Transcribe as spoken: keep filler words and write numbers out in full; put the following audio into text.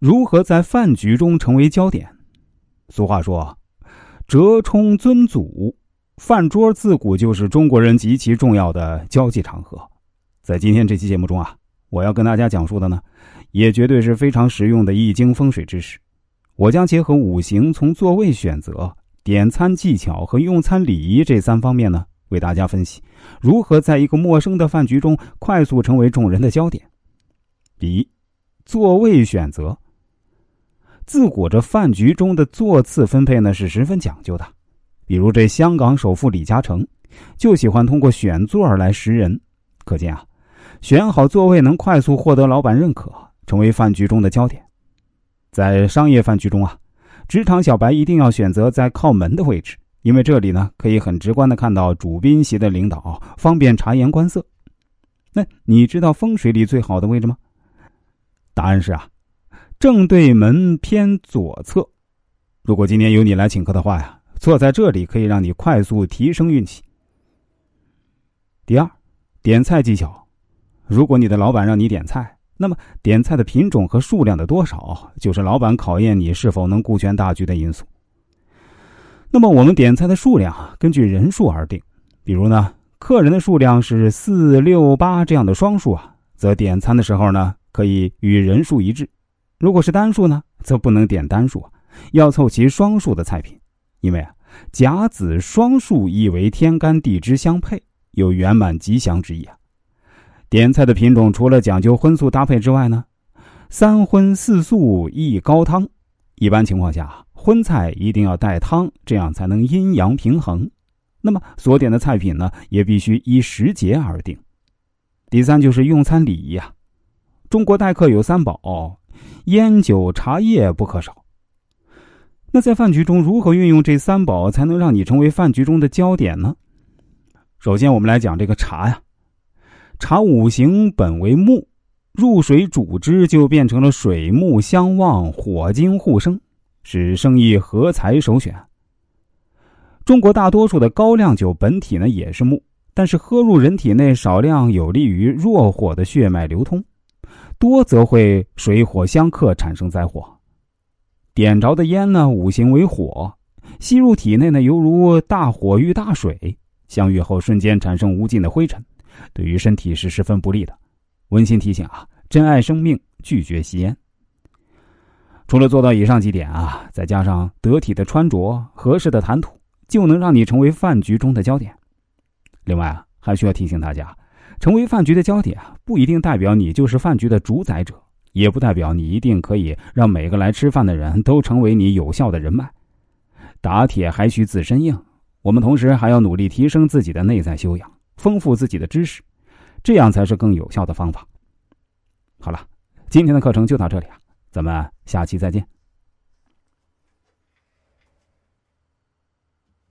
如何在饭局中成为焦点？俗话说，折冲尊祖，饭桌自古就是中国人极其重要的交际场合。在今天这期节目中啊，我要跟大家讲述的呢，也绝对是非常实用的易经风水知识。我将结合五行，从座位选择、点餐技巧和用餐礼仪这三方面呢，为大家分析如何在一个陌生的饭局中快速成为众人的焦点。第一，座位选择。自古这饭局中的座次分配呢是十分讲究的，比如这香港首富李嘉诚就喜欢通过选座来识人。可见啊，选好座位能快速获得老板认可，成为饭局中的焦点。在商业饭局中啊，职场小白一定要选择在靠门的位置，因为这里呢可以很直观的看到主宾席的领导，方便察言观色。那你知道风水里最好的位置吗？答案是啊，正对门偏左侧。如果今天由你来请客的话呀，坐在这里可以让你快速提升运气。第二，点菜技巧。如果你的老板让你点菜，那么点菜的品种和数量的多少，就是老板考验你是否能顾全大局的因素。那么我们点菜的数量啊，根据人数而定。比如呢，客人的数量是四、六、八这样的双数啊，则点餐的时候呢，可以与人数一致。如果是单数呢，则不能点单数啊，要凑齐双数的菜品。因为啊，甲子双数意为天干地支相配，有圆满吉祥之意啊。点菜的品种除了讲究荤素搭配之外呢，三荤四素一高汤。一般情况下，荤菜一定要带汤，这样才能阴阳平衡。那么所点的菜品呢，也必须依时节而定。第三就是用餐礼仪啊。中国待客有三宝，烟酒茶叶不可少。那在饭局中如何运用这三宝才能让你成为饭局中的焦点呢？首先我们来讲这个茶呀。茶五行本为木，入水煮之就变成了水木相旺，火金互生，使生意合财首选。中国大多数的高粱酒本体呢也是木，但是喝入人体内少量有利于弱火的血脉流通，多则会水火相克，产生灾祸。点着的烟呢，五行为火，吸入体内呢，犹如大火遇大水，相遇后瞬间产生无尽的灰尘，对于身体是十分不利的。温馨提醒啊，珍爱生命，拒绝吸烟。除了做到以上几点啊，再加上得体的穿着、合适的谈吐，就能让你成为饭局中的焦点。另外啊，还需要提醒大家，成为饭局的焦点啊，不一定代表你就是饭局的主宰者，也不代表你一定可以让每个来吃饭的人都成为你有效的人脉。打铁还需自身硬，我们同时还要努力提升自己的内在修养，丰富自己的知识，这样才是更有效的方法。好了，今天的课程就到这里啊，咱们下期再见。